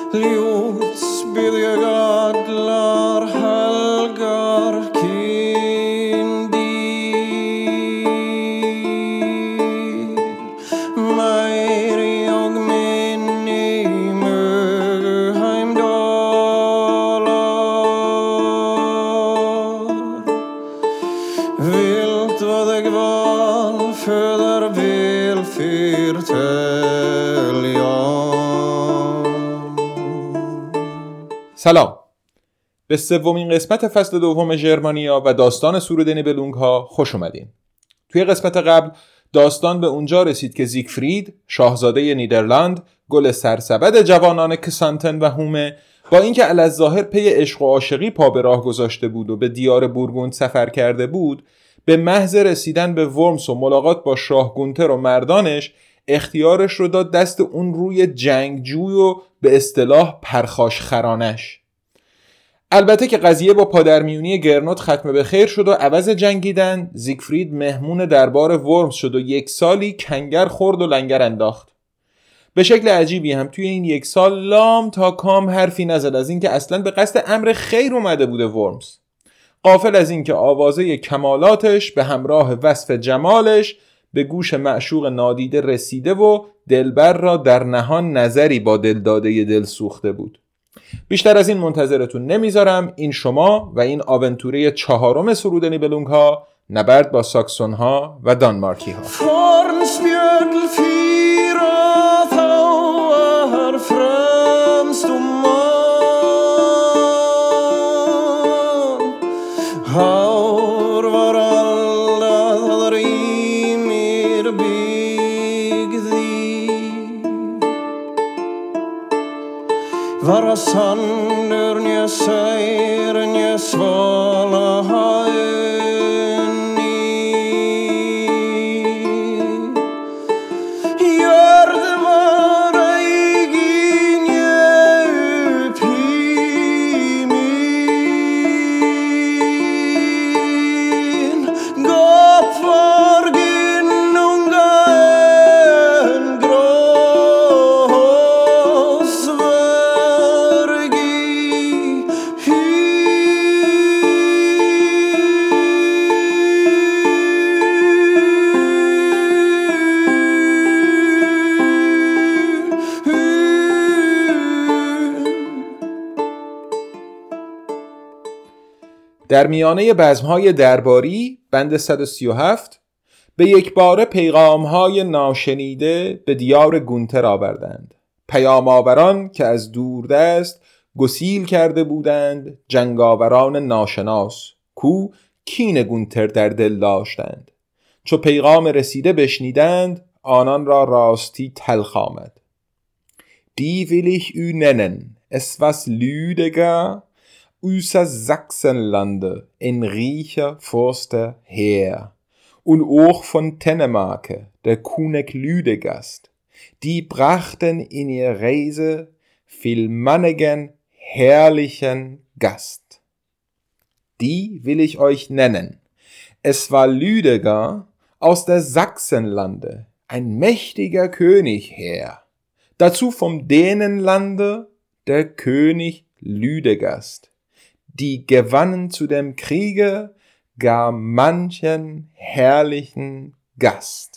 Ljudsbyggadlar helgar kindir Meir jag min i Mögheim dalar Vilt vad jag val föder väl سلام. به سومین قسمت فصل دوم ژرمانیا و داستان سرود نیبلونگ ها خوش اومدین. توی قسمت قبل داستان به اونجا رسید که زیگفرید، شاهزاده نیدرلند، گل سرسبد جوانان کسانتن و هومه، با اینکه علی‌الظاهر پی عشق و عاشقی پا به راه گذاشته بود و به دیار بورگوند سفر کرده بود، به محض رسیدن به ورمس و ملاقات با شاه گونتر و مردانش اختیارش رو داد دست اون روی جنگجوی و به اصطلاح پرخاش خرانش. البته که قضیه با پادرمیونی گرنوت ختم به خیر شد و عوض جنگیدن زیگفرید مهمون دربار ورمس شد و 1 سالی کنگر خورد و لنگر انداخت. به شکل عجیبی هم توی این 1 سال لام تا کام حرفی نزد از این که اصلا به قصد امر خیر اومده بوده ورمس، غافل از این که آوازه کمالاتش به همراه وصف جمالش به گوش معشوق نادیده رسیده و دلبر را در نهان نظری با دلداده دل سوخته بود. بیشتر از این منتظرتون نمیذارم. این شما و این آونتوره 4م سرود نیبلونگ ها، نبرد با ساکسون ها و دانمارکی ها. Vara sander nje sejr nje svala haeni Gjörde vara igi nje uppimin Gap var ginnungen grås در میانه بزم‌های درباری بند 137 به یک باره پیغام‌های ناشنیده به دیار گونتر آوردند. پیام‌آوران که از دوردست گسیل کرده بودند جنگاوران ناشناس کو کین گونتر در دل داشتند. چو پیغام رسیده بشنیدند آنان را راستی تلخ آمد. Die will ich u nennen, es was lüdiger Usa Sachsenlande in Riecher Forster her und auch von Tennemarke der König Lüdegast, die brachten in ihr Reise vielmannigen herrlichen Gast. Die will ich euch nennen. Es war Lüdeger aus der Sachsenlande, ein mächtiger König her. Dazu vom Dänenlande der König Lüdegast. Die gewannen zu dem Kriege gar manchen herrlichen Gast.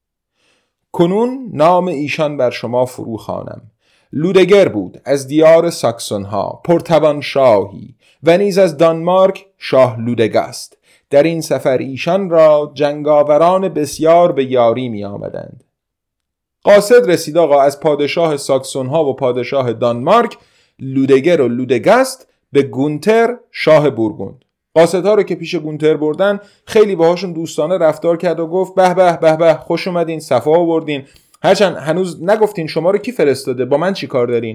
کنون نام ایشان بر شما فرو خوانم. لودگر بود از دیار ساکسون ها، پرتوان شاهی و نیز از دانمارک شاه لودگاست. در این سفر ایشان را جنگاوران بسیار به یاری می آمدند. قاصد رسید آقا از پادشاه ساکسون ها و پادشاه دانمارک لودگر و لودگاست به گونتر شاه بورگوند. قاصدها رو که پیش گونتر بردن خیلی باهاشون دوستانه رفتار کرد و گفت به به به به خوش اومدین، صفا آوردین، هرچند هنوز نگفتین شما رو کی فرستاده، با من چی کار دارین.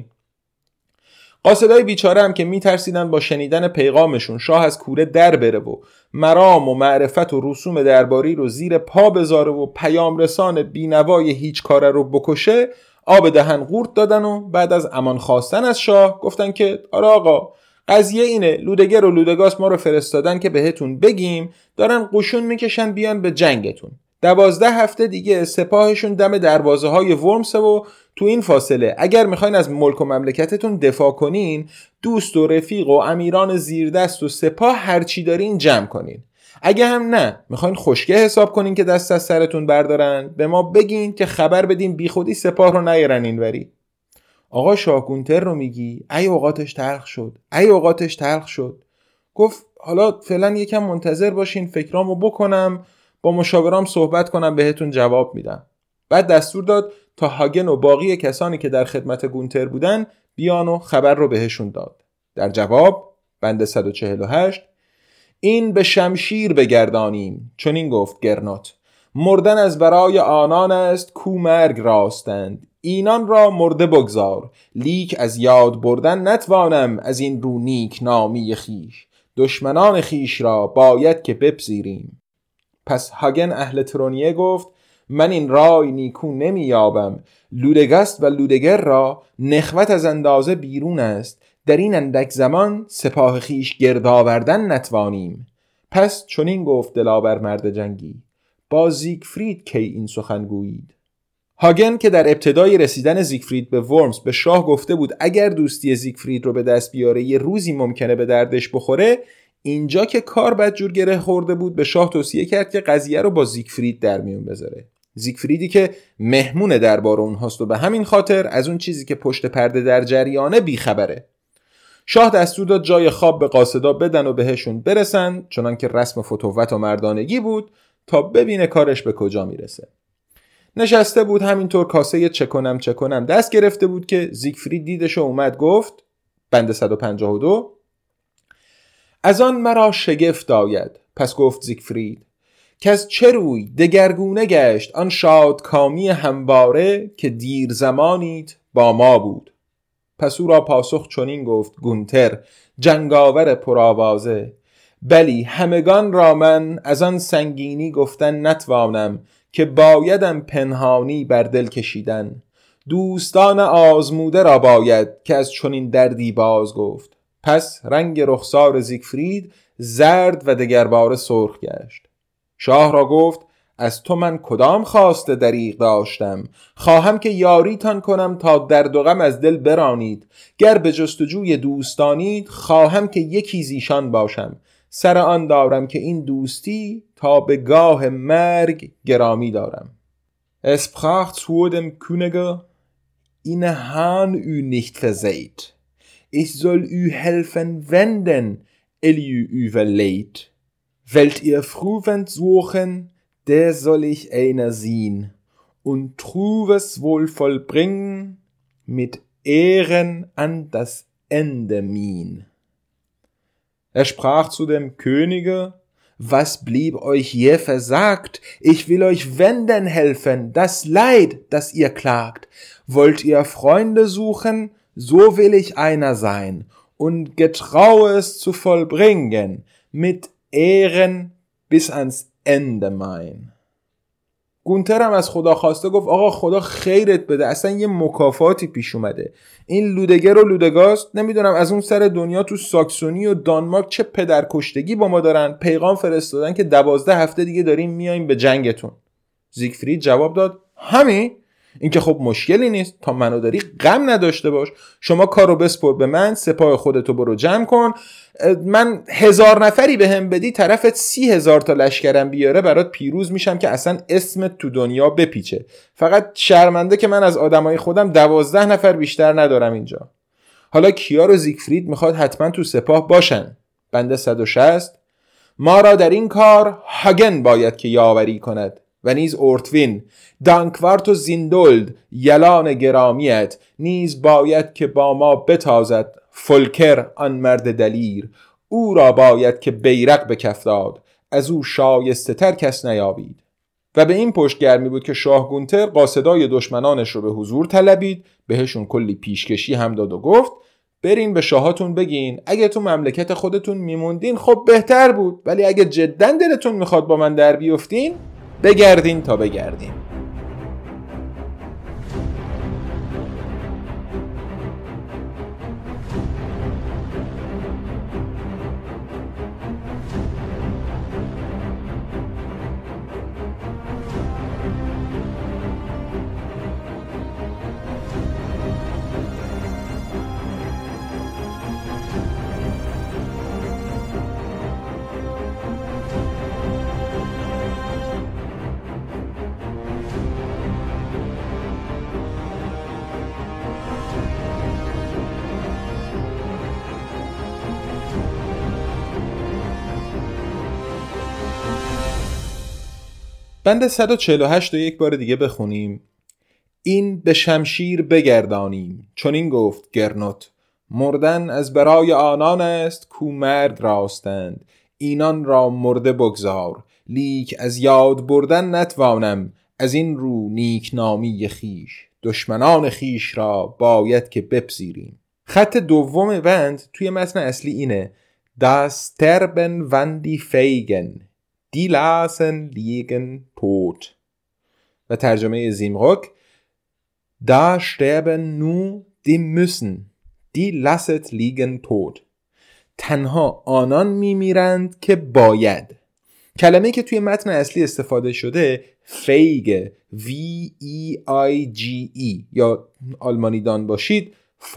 قاصدای بیچاره هم که میترسیدن با شنیدن پیغامشون شاه از کوره در بره و مرام و معرفت و رسوم درباری رو زیر پا بذاره و پیام رسان بینوای هیچ کاره رو بکشه، آب دهن قورت دادن و بعد از امان خواستن از شاه گفتن که آره آقا قضیه اینه، لودگر و لودگاست ما رو فرستادن که بهتون بگیم دارن قشون میکشن بیان به جنگتون. 12 هفته دیگه سپاهشون دم دروازه های ورمس و تو این فاصله اگر میخواین از ملک و مملکتتون دفاع کنین، دوست و رفیق و امیران زیردست و سپاه هرچی دارین جمع کنین. اگه هم نه میخواین خشکه حساب کنین که دست از سرتون بردارن، به ما بگین که خبر بدین بی خودی سپاه رو نیارن اینوری. آقا شاه گونتر رو میگی؟ ای اوقاتش تلخ شد. گفت حالا فعلا یکم منتظر باشین، فکرامو بکنم، با مشاورام صحبت کنم، بهتون جواب میدم. بعد دستور داد تا هاگن و باقی کسانی که در خدمت گونتر بودن بیان و خبر رو بهشون داد. در جواب بند 148: این به شمشیر بگردانیم، چون این گفت گرنات، مردن از برای آنان است کو مرگ راستند، اینان را مرده بگذار، لیک از یاد بردن نتوانم از این رو نیک نامی خیش، دشمنان خیش را باید که بپذیریم. پس هاگن اهل ترونیه گفت من این رای نیکو نمی یابم، لودگست و لودگر را نخوت از اندازه بیرون است، در این اندک زمان سپاه خیش گرد آوردن نتوانیم. پس چنین گفت دلاور مرد جنگی، با زیگفرید کی این سخن گویید. هاگن که در ابتدای رسیدن زیگفرید به ورمز به شاه گفته بود اگر دوستی زیگفرید رو به دست بیاره یه روزی ممکنه به دردش بخوره، اینجا که کار بدجور گره خورده بود به شاه توصیه کرد که قضیه رو با زیگفرید در میون بذاره. زیگفریدی که مهمون دربار اونهاست و به همین خاطر از اون چیزی که پشت پرده در جریانه بیخبره. شاه دستور داد جای خواب به قاصدا بدن و بهشون برسن، چنان که رسم فتوت و مردانگی بود، تا ببینه کارش به کجا میرسه. نشسته بود همینطور کاسه چه کنم دست گرفته بود که زیگفرید دیدش و اومد گفت بند 152: از آن مرا شگفت آید. پس گفت زیگفرید که از چه روی دگرگونه گشت آن شادکامی همواره که دیر زمانیت با ما بود. پس او را پاسخ چنین گفت گونتر جنگاور پرآوازه: بلی همگان را من از آن سنگینی گفتن نتوانم، که بایدم پنهانی بر دل کشیدن. دوستان آزموده را باید که از چنین دردی باز گفت. پس رنگ رخسار زیگفرید زرد و دگرباره سرخ گشت. شاه را گفت از تو من کدام خواسته دریغ داشتم، خواهم که یاریتان کنم تا درد و غم از دل برانید، گر به جستجوی دوستانید خواهم که یکی زیشان باشم، سر آن دارم که این دوستی تا به گاه مرگ گرامی دارم. Es sprach zu dem Könige: Inne han ü nicht verseit, ich soll ü helfen wenden, elü überleid, Welt ihr frühend suchen, der soll ich einer sehen, und Trübes wohl vollbringen, mit Ehren an das Ende mien. Sprach zu dem Könige: Was blieb euch je versagt? Ich will euch wenden helfen, das Leid, das ihr klagt. Wollt ihr Freunde suchen, so will ich einer sein, und getrau es zu vollbringen, mit Ehren bis ans Ende mein. گونتر هم از خدا خواسته گفت آقا خدا خیرت بده، اصلا یه مکافاتی پیش اومده. این لودگر و لودگاست نمیدونم از اون سر دنیا تو ساکسونی و دانمارک چه پدرکشتگی با ما دارن، پیغام فرستادن که 12 هفته دیگه داریم میایم به جنگتون. زیگفرید جواب داد همین؟ این که خب مشکلی نیست، تا منو داری غم نداشته باش، شما کارو بسپر به من، سپاه خودتو برو جمع کن، من 1000 نفری به هم بدی طرفت 30,000 تا لشکرم بیاره برات پیروز میشم که اصلا اسمت تو دنیا بپیچه. فقط شرمنده که من از آدمای خودم 12 نفر بیشتر ندارم اینجا. حالا کیا رو زیگفرید میخواد حتما تو سپاه باشن؟ بنده 160: ما را در این کار هاگن باید که یاوری کند و نیز اورتوین، دانکوارت و زیندولد یلان گرامیت، نیز باید که با ما بتازد فولکر آن مرد دلیر، او را باید که بیرق به کف داد، از او شایسته تر کس نیابید. و به این پشتگرمی بود که شاه گونتر قاصدای دشمنانش رو به حضور طلبید، بهشون کلی پیشکشی هم داد و گفت برین به شاهاتون بگین اگه تو مملکت خودتون میموندین خب بهتر بود، ولی اگه جداً دلتون میخواد با من در بیفتین بگردین تا بگردین. بند 148 رو یک بار دیگه بخونیم. این به شمشیر بگردانیم، چون این گفت گرنوت، مردن از برای آنان است کو مرد راستند، اینان را مرده بگذار، لیک از یاد بردن نتوانم، از این رو نیکنامی خیش، دشمنان خیش را باید که بپذیریم. خط دوم بند توی متن اصلی اینه: Das Sterben wann die Feigen, die lassen liegen tot. و ترجمه زیمروک: Da sterben nur die müssen, die lasset liegen tot. تنها آنان میمیرند که باید. کلمه‌ای که توی متن اصلی استفاده شده فیگه، V-E-I-G-E، یا آلمانیدان باشید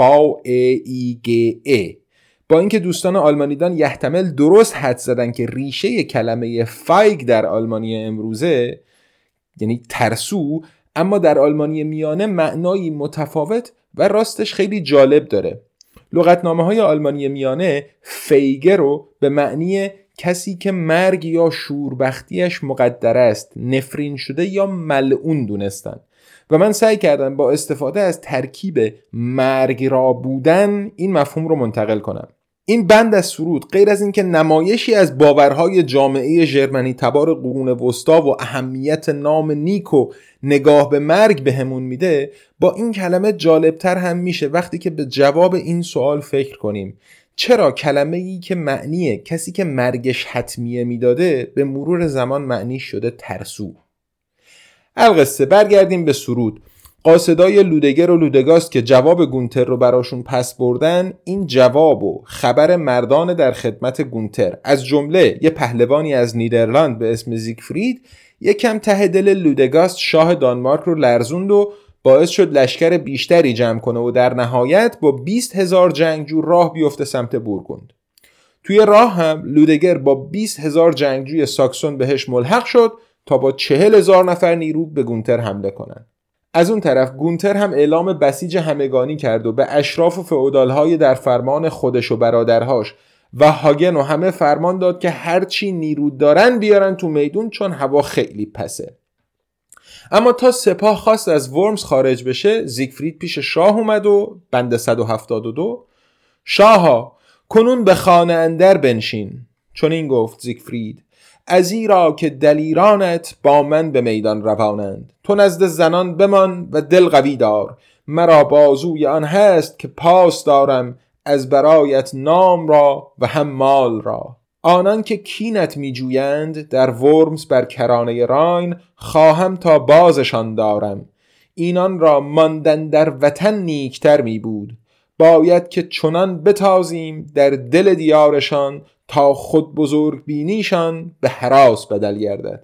V-E-I-G-E. با اینکه دوستان آلمانیدان یحتمل درست حدس زدن که ریشه کلمه فایگ در آلمانی امروزه یعنی ترسو، اما در آلمانی میانه معنایی متفاوت و راستش خیلی جالب داره. لغتنامه‌های آلمانی میانه فیگه رو به معنی کسی که مرگ یا شوربختیش مقدر است، نفرین شده یا ملعون دونستن و من سعی کردم با استفاده از ترکیب مرگ را بودن این مفهوم رو منتقل کنم. این بند از سرود غیر از اینکه نمایشی از باورهای جامعه ژرمنی تبار قرون وسطا و اهمیت نام نیک و نگاه به مرگ بهمون میده، با این کلمه جالبتر هم میشه وقتی که به جواب این سوال فکر کنیم: چرا کلمه‌ای که معنی کسی که مرگش حتمیه میداده به مرور زمان معنی شده ترسو؟ القصه برگردیم به سرود. قاصدای لودگر و لودگاست که جواب گونتر رو براشون پس بردن، این جواب و خبر مردان در خدمت گونتر، از جمله یه پهلوانی از نیدرلند به اسم زیگفرید، یکم ته دل لودگاست شاه دانمارک رو لرزوند و باعث شد لشکر بیشتری جمع کنه و در نهایت با 20,000 جنگجو راه بیفته سمت بورگوند. توی راه هم لودگر با 20,000 جنگجوی ساکسون بهش ملحق شد تا با 40,000 نفر نیرو به گونتر حمله کنن. از اون طرف گونتر هم اعلام بسیج همگانی کرد و به اشراف و فئودالهای در فرمان خودش و برادرهاش و هاگن و همه فرمان داد که هرچی نیرو دارن بیارن تو میدون، چون هوا خیلی پسه. اما تا سپاه خواست از ورمز خارج بشه، زیگفرید پیش شاه اومد و بند 172: شاها کنون به خانه اندر بنشین، چون این گفت زیگفرید، ازیرا که دلیرانت با من به میدان روانند، تو نزد زنان بمان و دل قوی دار، مرا بازوی آن هست که پاس دارم، از برایت نام را و هم مال را. آنان که کینت می جویند در ورمز بر کرانه راین، خواهم تا بازشان دارم، اینان را ماندن در وطن نیکتر می بود، باید که چنان بتازیم در دل دیارشان، تا خود بزرگ بینیشان به هراس بدل گردد.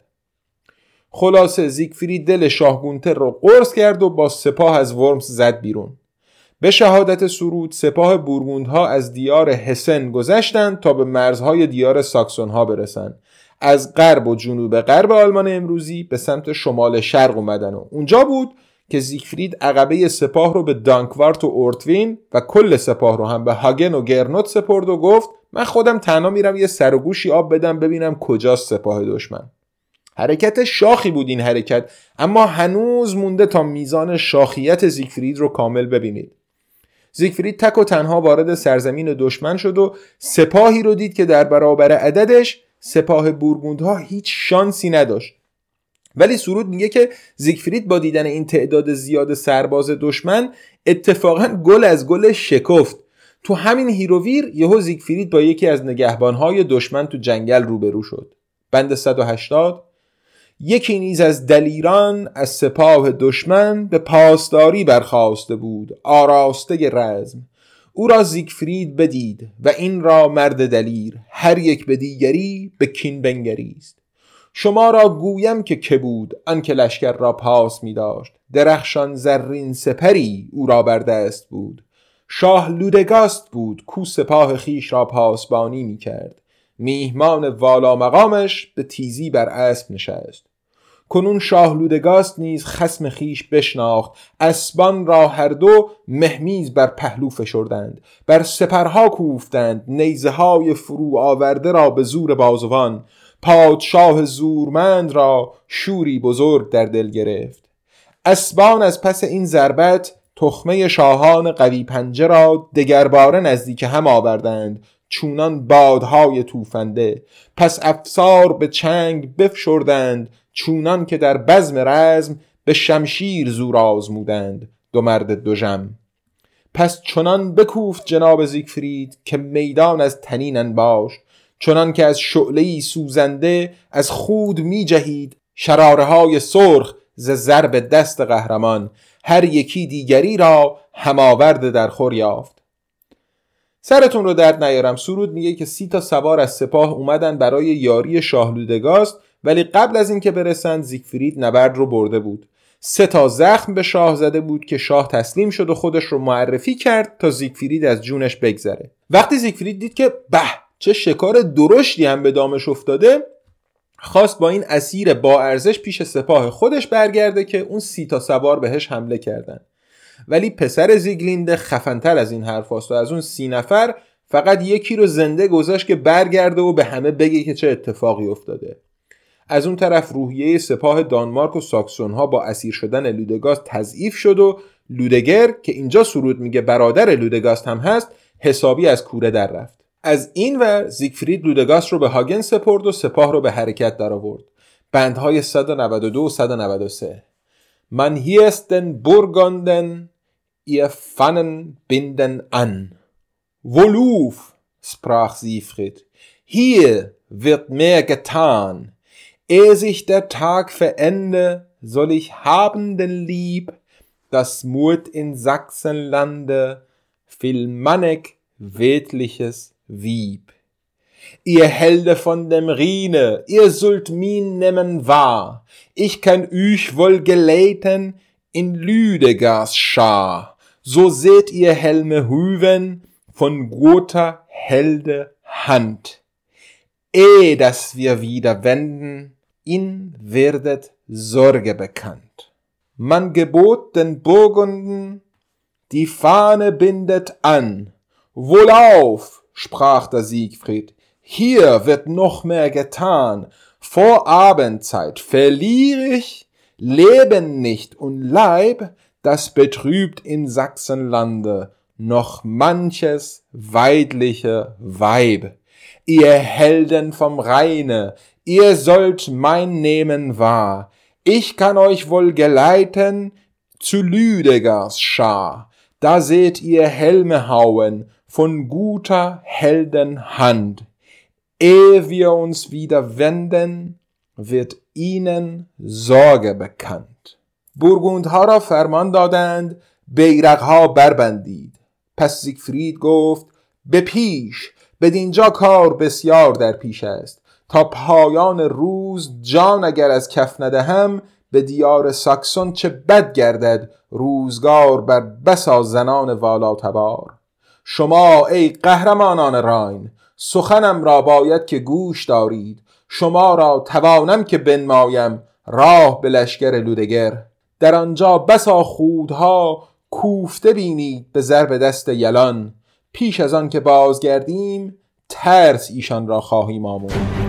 خلاصه زیگفرید دل شاه گونتر رو قرص کرد و با سپاه از ورمز زد بیرون. به شهادت سرود سپاه بورگوندها از دیار هسن گذشتند تا به مرزهای دیار ساکسونها برسن. از غرب و جنوب غرب آلمان امروزی به سمت شمال شرق اومدن و اونجا بود که زیگفرید عقبه سپاه رو به دانکوارت و اورتوین و کل سپاه رو هم به هاگن و گرنوت سپرد و گفت من خودم تنها میرم یه سر و گوشی آب بدم ببینم کجاست سپاه دشمن. حرکت شاخی بود این حرکت، اما هنوز مونده تا میزان شاخیت زیگفرید رو کامل ببینید. زیگفرید تک و تنها وارد سرزمین دشمن شد و سپاهی رو دید که در برابر عددش سپاه بورگوندها هیچ شانسی نداشت. ولی سرود میگه که زیگفرید با دیدن این تعداد زیاد سرباز دشمن اتفاقا گل از گل شکفت. تو همین هیروویر یهو زیگفرید با یکی از نگهبانهای دشمن تو جنگل روبرو شد. بند 180: یکی نیز از دلیران از سپاه دشمن به پاسداری برخاسته بود، آراسته رزم. او را زیگفرید بدید و این را مرد دلیر، هر یک به دیگری به کین بنگریست. شما را گویم که بود آن که لشکر را پاس می داشت، درخشان زرین سپری او را بر دست بود. شاه لودگاست بود کو سپاه خیش را پاسبانی می کرد، میهمان والا مقامش به تیزی بر اسب نشست. کنون شاه لودگاست نیز خصم خیش بشناخت، اسبان را هر دو مهمیز بر پهلو فشردند، بر سپرها کوفتند نیزه های فرو آورده را به زور بازوان. پادشاه زورمند را شوری بزرگ در دل گرفت. اسبان از پس این ضربت تخمه شاهان قوی پنجه را دگرباره نزدیک هم آوردند چونان بادهای توفنده. پس افسار به چنگ بفشردند چونان که در بزم رزم به شمشیر زور آزمودند دو مرد دژم. پس چنان بکوفت جناب زیگفرید که میدان از تنین انباشت، چنان که از شعله‌ای سوزنده از خود می جهید شراره های سرخ ز ضرب دست قهرمان. هر یکی دیگری را هماورد در خور یافت. سرتون رو درد نیارم، سرود میگه که 30 سوار از سپاه اومدن برای یاری شاه لودگاست، ولی قبل از این که برسند زیگفرید نبرد رو برده بود. 3 زخم به شاه زده بود که شاه تسلیم شد و خودش رو معرفی کرد تا زیگفرید از جونش بگذره. وقتی زیگفرید دید که به چه شکار درشتی هم به دامش افتاده، خواست با این اسیر با ارزش پیش سپاه خودش برگرده که اون 30 سوار بهش حمله کردن. ولی پسر زیگلینده خفن‌تر از این حرف هست و از اون 30 نفر فقط یکی رو زنده گذاشت که برگرده و به همه بگه که چه اتفاقی افتاده. از اون طرف روحیه سپاه دانمارک و ساکسون ها با اسیر شدن لودگاست تضعیف شد و لودگر که اینجا سرود میگه برادر لودگاست هم هست حسابی از کوره در رفت. از این ور زیگفرید لودگاست رو به هاگن سپرد و سپاه رو به حرکت در آورد. بندهای 192 و 193 Man hieß den Burgunden, ihr Pfannen binden an. Woluf, sprach Siegfried, hier wird mehr getan. Ehe sich der Tag verende, soll ich haben den Lieb, das Mut in Sachsenlande, viel mannig wedliches Wieb. Ihr Helde von dem Rhine, ihr sollt min nemmen wahr, ich kann euch wohl geleiten in Lüdegars Schar. So seht ihr Helme hüven von guter Helde Hand. Ehe dass wir wieder wenden, in werdet Sorge bekannt. Man gebot den Burgunden, die Fahne bindet an. Wohlauf, sprach der Siegfried, hier wird noch mehr getan. Vor Abendzeit verliere ich Leben nicht und Leib, das betrübt in Sachsenlande noch manches weidliche Weib. Ihr Helden vom Rheine, ihr sollt mein Nehmen wahr. Ich kann euch wohl geleiten zu Lüdegars Schar. Da seht ihr Helme hauen von guter Helden Hand. Ehe wir uns wieder wenden, wird ihnen Sorge bekannt. بورگوندها را فرمان دادند بیرقها بربندید. پس زیگفرید گفت به پیش، بدینجا کار بسیار در پیش است. تا پایان روز جان اگر از کف ندهم، به دیار ساکسون چه بد گردد روزگار بر بسا زنان والاتبار. شما ای قهرمانان راین، سخنم را باید که گوش دارید. شما را توانم که بنمایم راه به لشکر لودگر. در آنجا بسا خودها کوفته بینید به ضرب دست یلان. پیش از آن که بازگردیم ترس ایشان را خواهیم آموخت.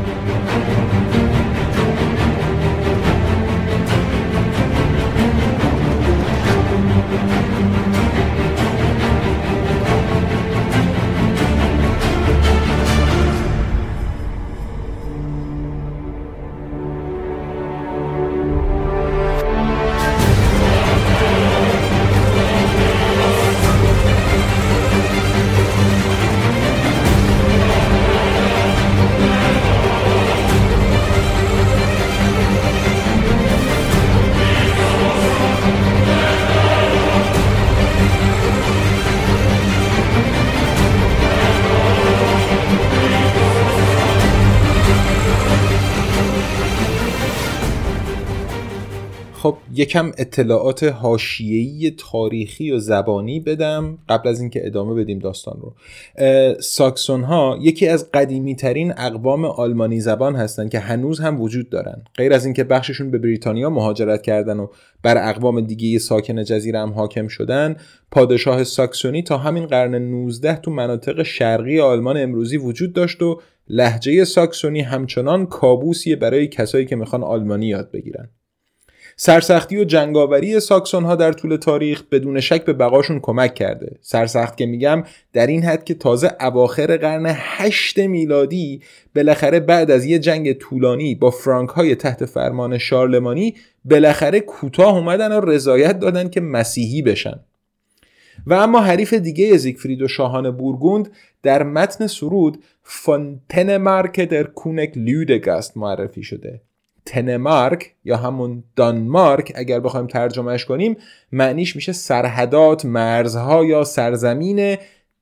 خب یکم اطلاعات حاشیه‌ای تاریخی و زبانی بدم قبل از اینکه ادامه بدیم داستان رو. ساکسون ها یکی از قدیمی ترین اقوام آلمانی زبان هستن که هنوز هم وجود دارن. غیر از اینکه بخششون به بریتانیا مهاجرت کردن و بر اقوام دیگه ساکن جزیره هم حاکم شدن، پادشاه ساکسونی تا همین قرن 19 تو مناطق شرقی آلمان امروزی وجود داشت و لهجه ساکسونی همچنان کابوسیه برای کسایی که میخوان آلمانی یاد بگیرن. سرسختی و جنگاوری ساکسون ها در طول تاریخ بدون شک به بقاشون کمک کرده. سرسخت که میگم در این حد که تازه اواخر قرن 8 میلادی بالاخره بعد از یه جنگ طولانی با فرانک های تحت فرمان شارلمانی بالاخره کوتاه اومدن و رضایت دادن که مسیحی بشن. و اما حریف دیگه زیگفرید و شاهان بورگوند در متن سرود فونتنمارک در کونک لودگاست معرفی شده. تنمارک یا همون دانمارک اگر بخوایم ترجمهش کنیم معنیش میشه سرحدات، مرزها یا سرزمین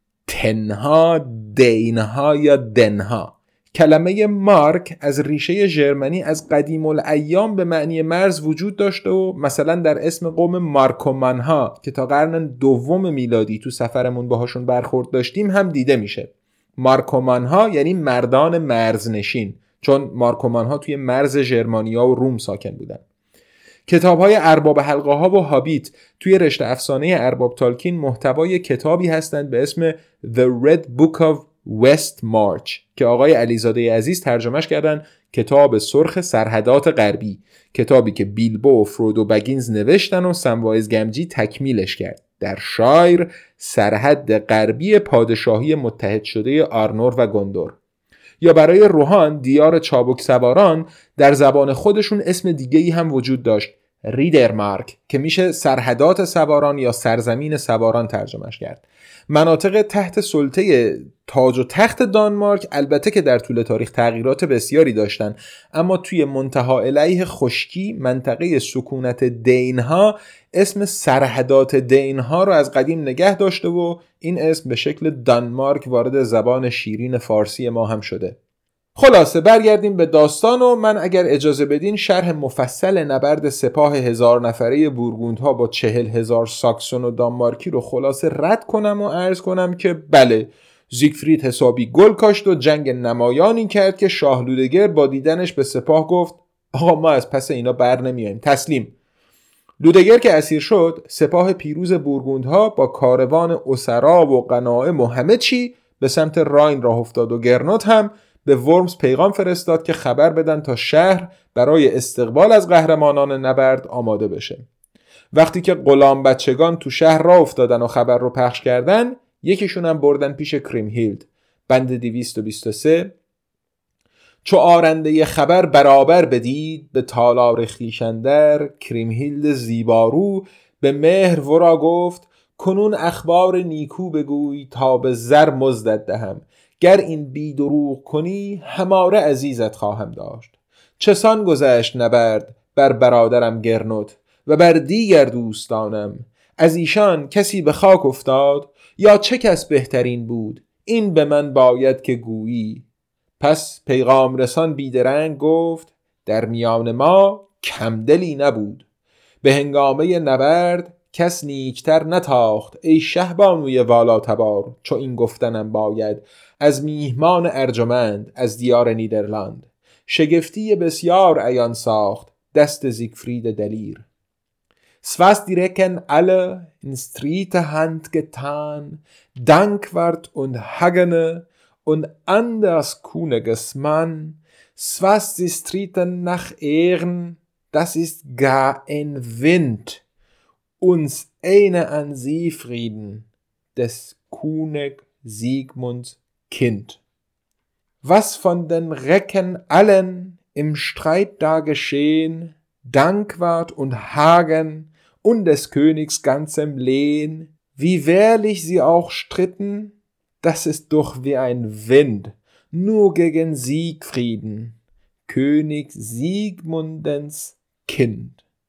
تنها، دینها یا دنها. کلمه مارک از ریشه ژرمنی از قدیم الایام به معنی مرز وجود داشته و مثلا در اسم قوم مارکومنها که تا قرن دوم میلادی تو سفرمون باهاشون برخورد داشتیم هم دیده میشه. مارکومنها یعنی مردان مرزنشین، چون مارکومنها توی مرز ژرمانیا و روم ساکن بودن. کتاب‌های ارباب حلقه‌ها و هابیت توی رشته افسانه ارباب تالکین محتوای کتابی هستند به اسم The Red Book of West March که آقای علیزاده عزیز ترجمهش کردن کتاب سرخ سرحدات غربی، کتابی که بیلبو و فرودو بگینز نوشتن و سموایز گمجی تکمیلش کرد. در شایر سرحد غربی پادشاهی متحد شده آرنور و گوندور. یا برای روحان دیار چابک سواران در زبان خودشون اسم دیگه‌ای هم وجود داشت، ریدرمارک، که میشه سرحدات سواران یا سرزمین سواران ترجمهش کرد. مناطق تحت سلطه تاج و تخت دانمارک البته که در طول تاریخ تغییرات بسیاری داشتن، اما توی منتها علیه خشکی منطقه سکونت دینها اسم سرحدات دینها رو از قدیم نگه داشته و این اسم به شکل دانمارک وارد زبان شیرین فارسی ما هم شده. خلاصه برگردیم به داستان و من اگر اجازه بدین شرح مفصل نبرد سپاه 1000 نفره بورگوندها با 40,000 ساکسون و دانمارکی رو خلاصه رد کنم و عرض کنم که بله، زیگفرید حسابی گل کاشت و جنگ نمایانی کرد که شاه لودگر با دیدنش به سپاه گفت آقا ما از پس اینا بر نمیاییم، تسلیم. لودگر که اسیر شد، سپاه پیروز بورگوندها با کاروان اسرا و غنایم و همه چی به سمت راین راه افتاد و گرنوت هم به ورمز پیغام فرستاد که خبر بدن تا شهر برای استقبال از قهرمانان نبرد آماده بشه. وقتی که غلام بچگان تو شهر راه افتادن و خبر رو پخش کردن، یکیشون هم بردن پیش کریمهیلد. بند 223 چو آرنده خبر برابر بدید به تالار خویشندر، کریمهیلد زیبارو به مهر ورا گفت کنون اخبار نیکو بگوی تا به زر مزدت دهم، گر این بی دروغ کنی هماره عزیزت خواهم داشت. چسان گذشت نبرد بر برادرم گرنوت و بر دیگر دوستانم، از ایشان کسی به خاک افتاد یا چه کس بهترین بود، این به من باید که گویی. پس پیغام رسان بیدرنگ گفت در میان ما کمدلی نبود، به هنگامه نبرد کس نیکتر نتاخت ای شهبانوی والا تبار، چو این گفتنم باید از میهمان ارجمند از دیار نیدرلند، شگفتی بسیار عیان ساخت دست زیگفرید دلیر. Was direkt alle in Stritte Hand getan, Dankwart und Hagene und anders kuniges Mann, was die Stritten nach Ehren, das ist gar ein Wind, uns eine an sie Frieden, des König Siegmunds Kind. Was von den Recken allen im Streit da geschehen, Dankwart und Hagen und des Königs ganzem Lehn, wie wehrlich sie auch stritten, das ist doch wie ein Wind, nur gegen Siegfrieden, König Siegmundens Kind.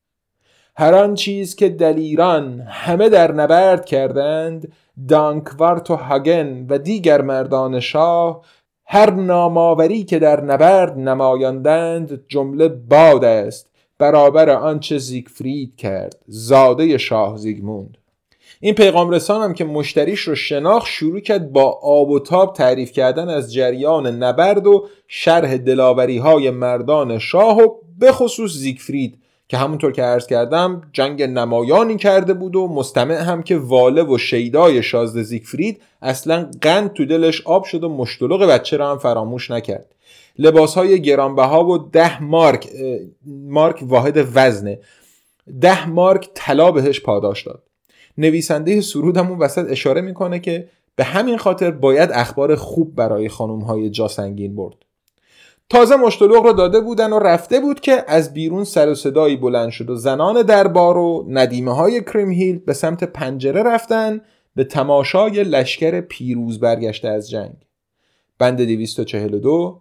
هر آن چیز که دلیران همه در نبرد کردند، دانکوارت و هاگن و دیگر مردان شاه، هر ناماوری که در نبرد نمایاندند جمله باد است برابر آنچه زیگفرید کرد زاده شاه زیگموند. این پیغام رسان هم که مشتریش رو شناخت شروع کرد با آب و تاب تعریف کردن از جریان نبرد و شرح دلاوری های مردان شاه و به خصوص زیگفرید که همونطور که عرض کردم جنگ نمایانی کرده بود و مستمع هم که واله و شیدای شازده زیگفرید اصلا قند تو دلش آب شد و مشتلق بچه را هم فراموش نکرد. لباسهای گرانبها و 10 مارک واحد وزنه، 10 مارک طلا بهش پاداش داد. نویسنده سرود همون وسط اشاره میکنه که به همین خاطر باید اخبار خوب برای خانومهای جاسنگین برد. تازه مشتلق رو داده بودن و رفته بود که از بیرون سر و صدایی بلند شد و زنان دربار و ندیمه های کریمهیل به سمت پنجره رفتن به تماشای لشکر پیروز برگشته از جنگ. بند 242: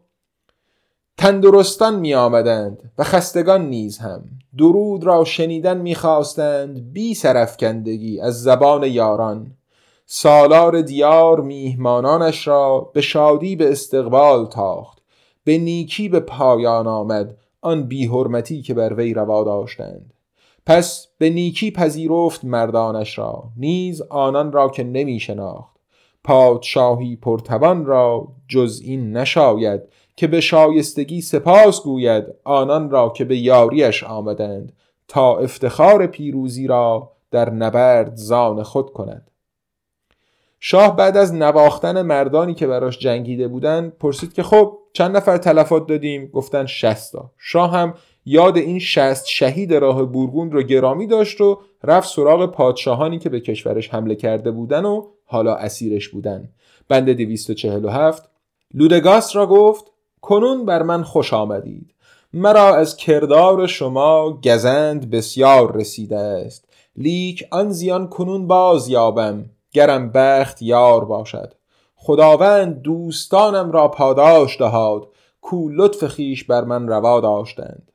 تندرستان می آمدند و خستگان نیز هم، درود را شنیدن می خواستند بی سرفکندگی از زبان یاران. سالار دیار میهمانانش را به شادی به استقبال تاخت، به نیکی به پایان آمد آن بی حرمتی که بر وی روا داشتند. پس به نیکی پذیرفت مردانش را، نیز آنان را که نمی شناخت. پادشاهی پرتوان را جز این نشاید، که به شایستگی سپاس گوید آنان را که به یاریش آمدند، تا افتخار پیروزی را در نبرد زان خود کند. شاه بعد از نواختن مردانی که براش جنگیده بودن پرسید که خب چند نفر تلفات دادیم؟ گفتن 60 تا. شاه هم یاد این 60 شهید راه بورگوند رو گرامی داشت و رفت سراغ پادشاهانی که به کشورش حمله کرده بودن و حالا اسیرش بودن. بند 247: لودگاست را گفت کنون بر من خوش آمدید، مرا از کردار شما گزند بسیار رسیده است، لیک آن زیان کنون باز یابم گرم بخت یار باشد. خداوند دوستانم را پاداش دهاد، کو لطف خیش بر من روا داشتند.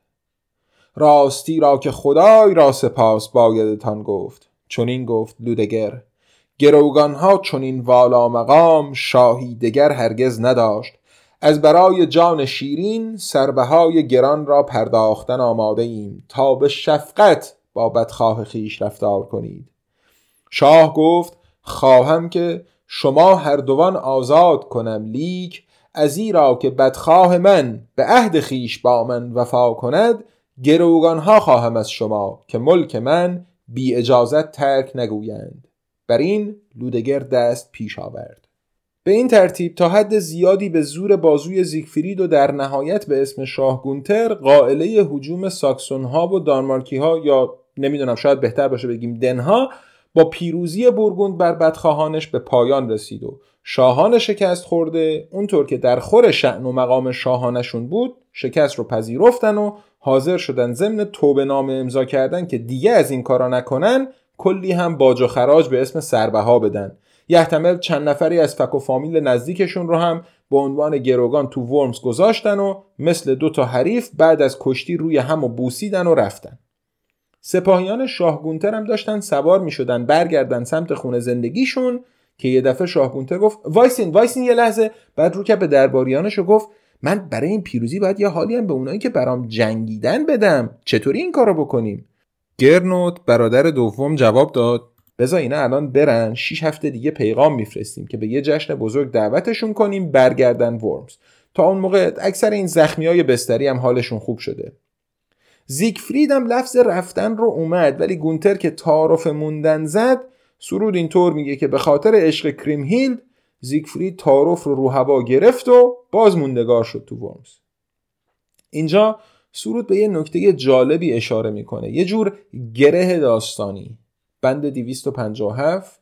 راستی را که خدای را سپاس بایدتان گفت. چنین گفت لودگر: گروگانها چنین والا مقام شاهی دگر هرگز نداشت. از برای جان شیرین سربهای گران را پرداختن آماده ایم، تا به شفقت با بدخواه خیش رفتار کنید. شاه گفت خواهم که شما هر دوان آزاد کنم، لیک ازیرا که بدخواه من به عهد خیش با من وفا کند، گروگانها خواهم از شما که ملک من بی اجازت ترک نگویند. بر این لودگر دست پیش آورد. به این ترتیب تا حد زیادی به زور بازوی زیگفرید و در نهایت به اسم شاه گونتر قائله هجوم ساکسون ها و دانمارکی ها، یا نمیدونم شاید بهتر باشه بگیم دنها، با پیروزی بورگوند بر بدخواهانش به پایان رسید و شاهان شکست خورده اونطور که در خور شأن و مقام شاهانشون بود شکست رو پذیرفتن و حاضر شدن ضمن توبه نامه امضا کردن که دیگه از این کارا نکنن، کلی هم باج و خراج به اسم سربها بدن. احتمال چند نفری از فک و فامیل نزدیکشون رو هم به عنوان گروگان تو ورمز گذاشتن و مثل 2 تا حریف بعد از کشتی روی هم و بوسیدن و رفتن. سپاهیان شاه گونتر هم داشتن سوار می شدن برگردن سمت خونه زندگیشون که یه دفعه شاه گونتر گفت وایسین یه لحظه. بعد رو که به درباریانش گفت من برای این پیروزی باید یه حالی هم به اونایی که برام جنگیدن بدم، چطوری این کارو بکنیم؟ گرنوت برادر دوم جواب داد بذار اینا الان برن، 6 هفته دیگه پیغام میفرستیم که به یه جشن بزرگ دعوتشون کنیم برگردن ورمز. تا اون موقع اکثر این زخمیای بستری هم حالشون خوب شده. زیگفرید هم لفظ رفتن رو اومد، ولی گونتر که تعارف موندن زد، سرود اینطور میگه که به خاطر عشق کریمهیلد زیگفرید تعارف رو هوا گرفت و باز موندگار شد تو ورمز. اینجا سرود به یه نکته جالبی اشاره میکنه، یه جور گره داستانی. بند 257: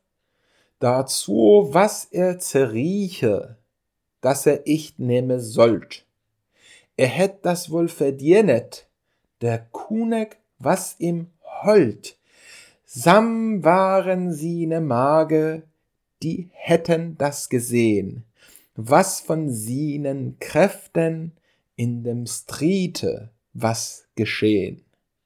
Dazu was zerrieche, dass ich nehmen sollt. Hätt das wohl verdient, der König was ihm hold. Sam waren sine Mage, die hätten das gesehen, was von sinen Kräften in dem Streite was geschehen.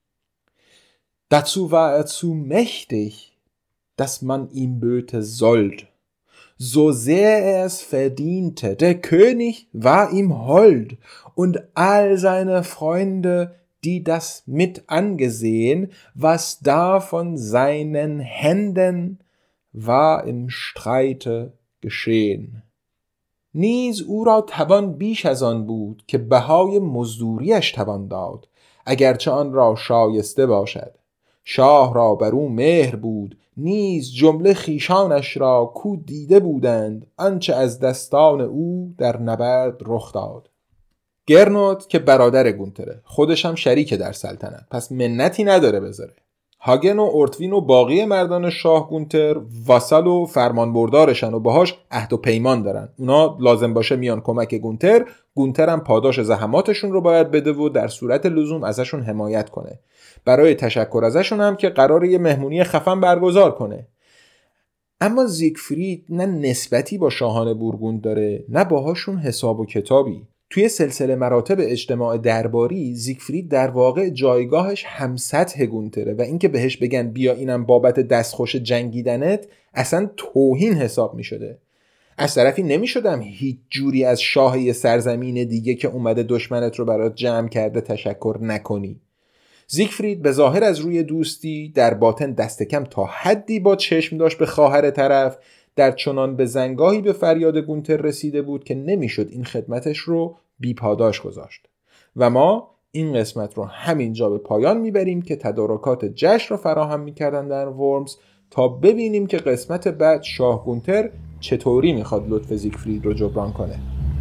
Dazu war er zu mächtig, dass man ihm böte sollt. So sehr er es verdiente, der König war ihm hold, und all seine Freunde, die das mit angesehen, was da von seinen Händen war im Streite geschehen. نیز او را توان بیش از آن بود که بهای مزدوریش توان داد. اگرچه آن را شایسته باشد. شاه را بر او مهر بود، نیز جمله خیشانش را کو دیده بودند آنچه از دستان او در نبرد رخ داد. گرنوت که برادر گونتره، خودش هم شریک در سلطنت، پس منتی نداره بذاره. هاگن و اورتوین و باقی مردان شاه گونتر واسال و فرمانبردارشن و باهاش عهد و پیمان دارن. اونا لازم باشه میان کمک گونتر هم پاداش زحماتشون رو باید بده و در صورت لزوم ازشون حمایت کنه. برای تشکر ازشون هم که قراره یه مهمونی خفن برگزار کنه. اما زیگفرید نه نسبتی با شاهان بورگوند داره، نه باهاشون حساب و کتابی. توی سلسله مراتب اجتماع درباری زیگفرید در واقع جایگاهش همسطح گونتره و اینکه بهش بگن بیا اینم بابت دستخوش جنگیدنت اصلا توهین حساب می شده. از طرفی نمی شدم هیچ جوری از شاه یه سرزمین دیگه که اومده دشمنت رو برات جمع کرده تشکر نکنی. زیگفرید به ظاهر از روی دوستی، در باطن دست کم تا حدی با چشم داشت به خواهر طرف، در چنان به زنگاهی به فریاد گونتر رسیده بود که نمیشد این خدمتش رو بی پاداش گذاشت. و ما این قسمت رو همینجا به پایان میبریم که تدارکات جشن رو فراهم میکردن در ورمز تا ببینیم که قسمت بعد شاه گونتر چطوری میخواد لطف زیگفرید رو جبران کنه.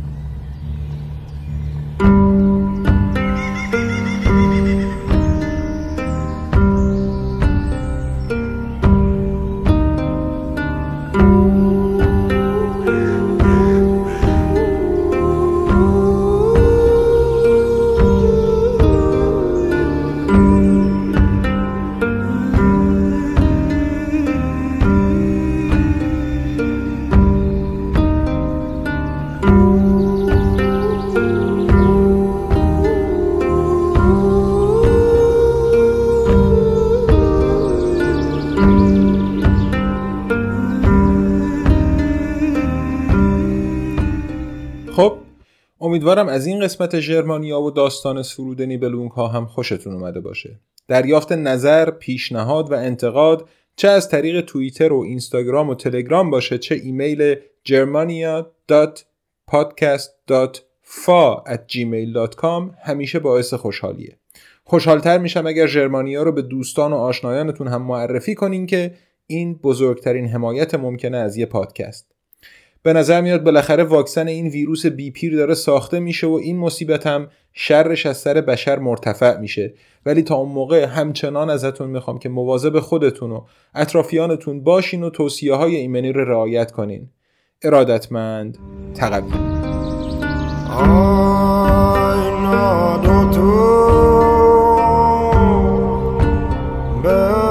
امیدوارم از این قسمت ژرمانیا و داستان سرود نیبلونگ ها هم خوشتون اومده باشه. دریافت نظر، پیشنهاد و انتقاد چه از طریق توییتر و اینستاگرام و تلگرام باشه، چه ایمیل germania.podcast.fa@gmail.com همیشه باعث خوشحالیه. خوشحالتر میشم اگر ژرمانیا رو به دوستان و آشنایانتون هم معرفی کنین که این بزرگترین حمایت ممکنه از یه پادکست. به نظر میاد بالاخره واکسن این ویروس بی پیر داره ساخته میشه و این مصیبت هم شرش از سر بشر مرتفع میشه، ولی تا اون موقع همچنان ازتون میخوام که مواظب خودتون و اطرافیانتون باشین و توصیه‌های ایمنی رو رعایت کنین. ارادتمند، تقبل.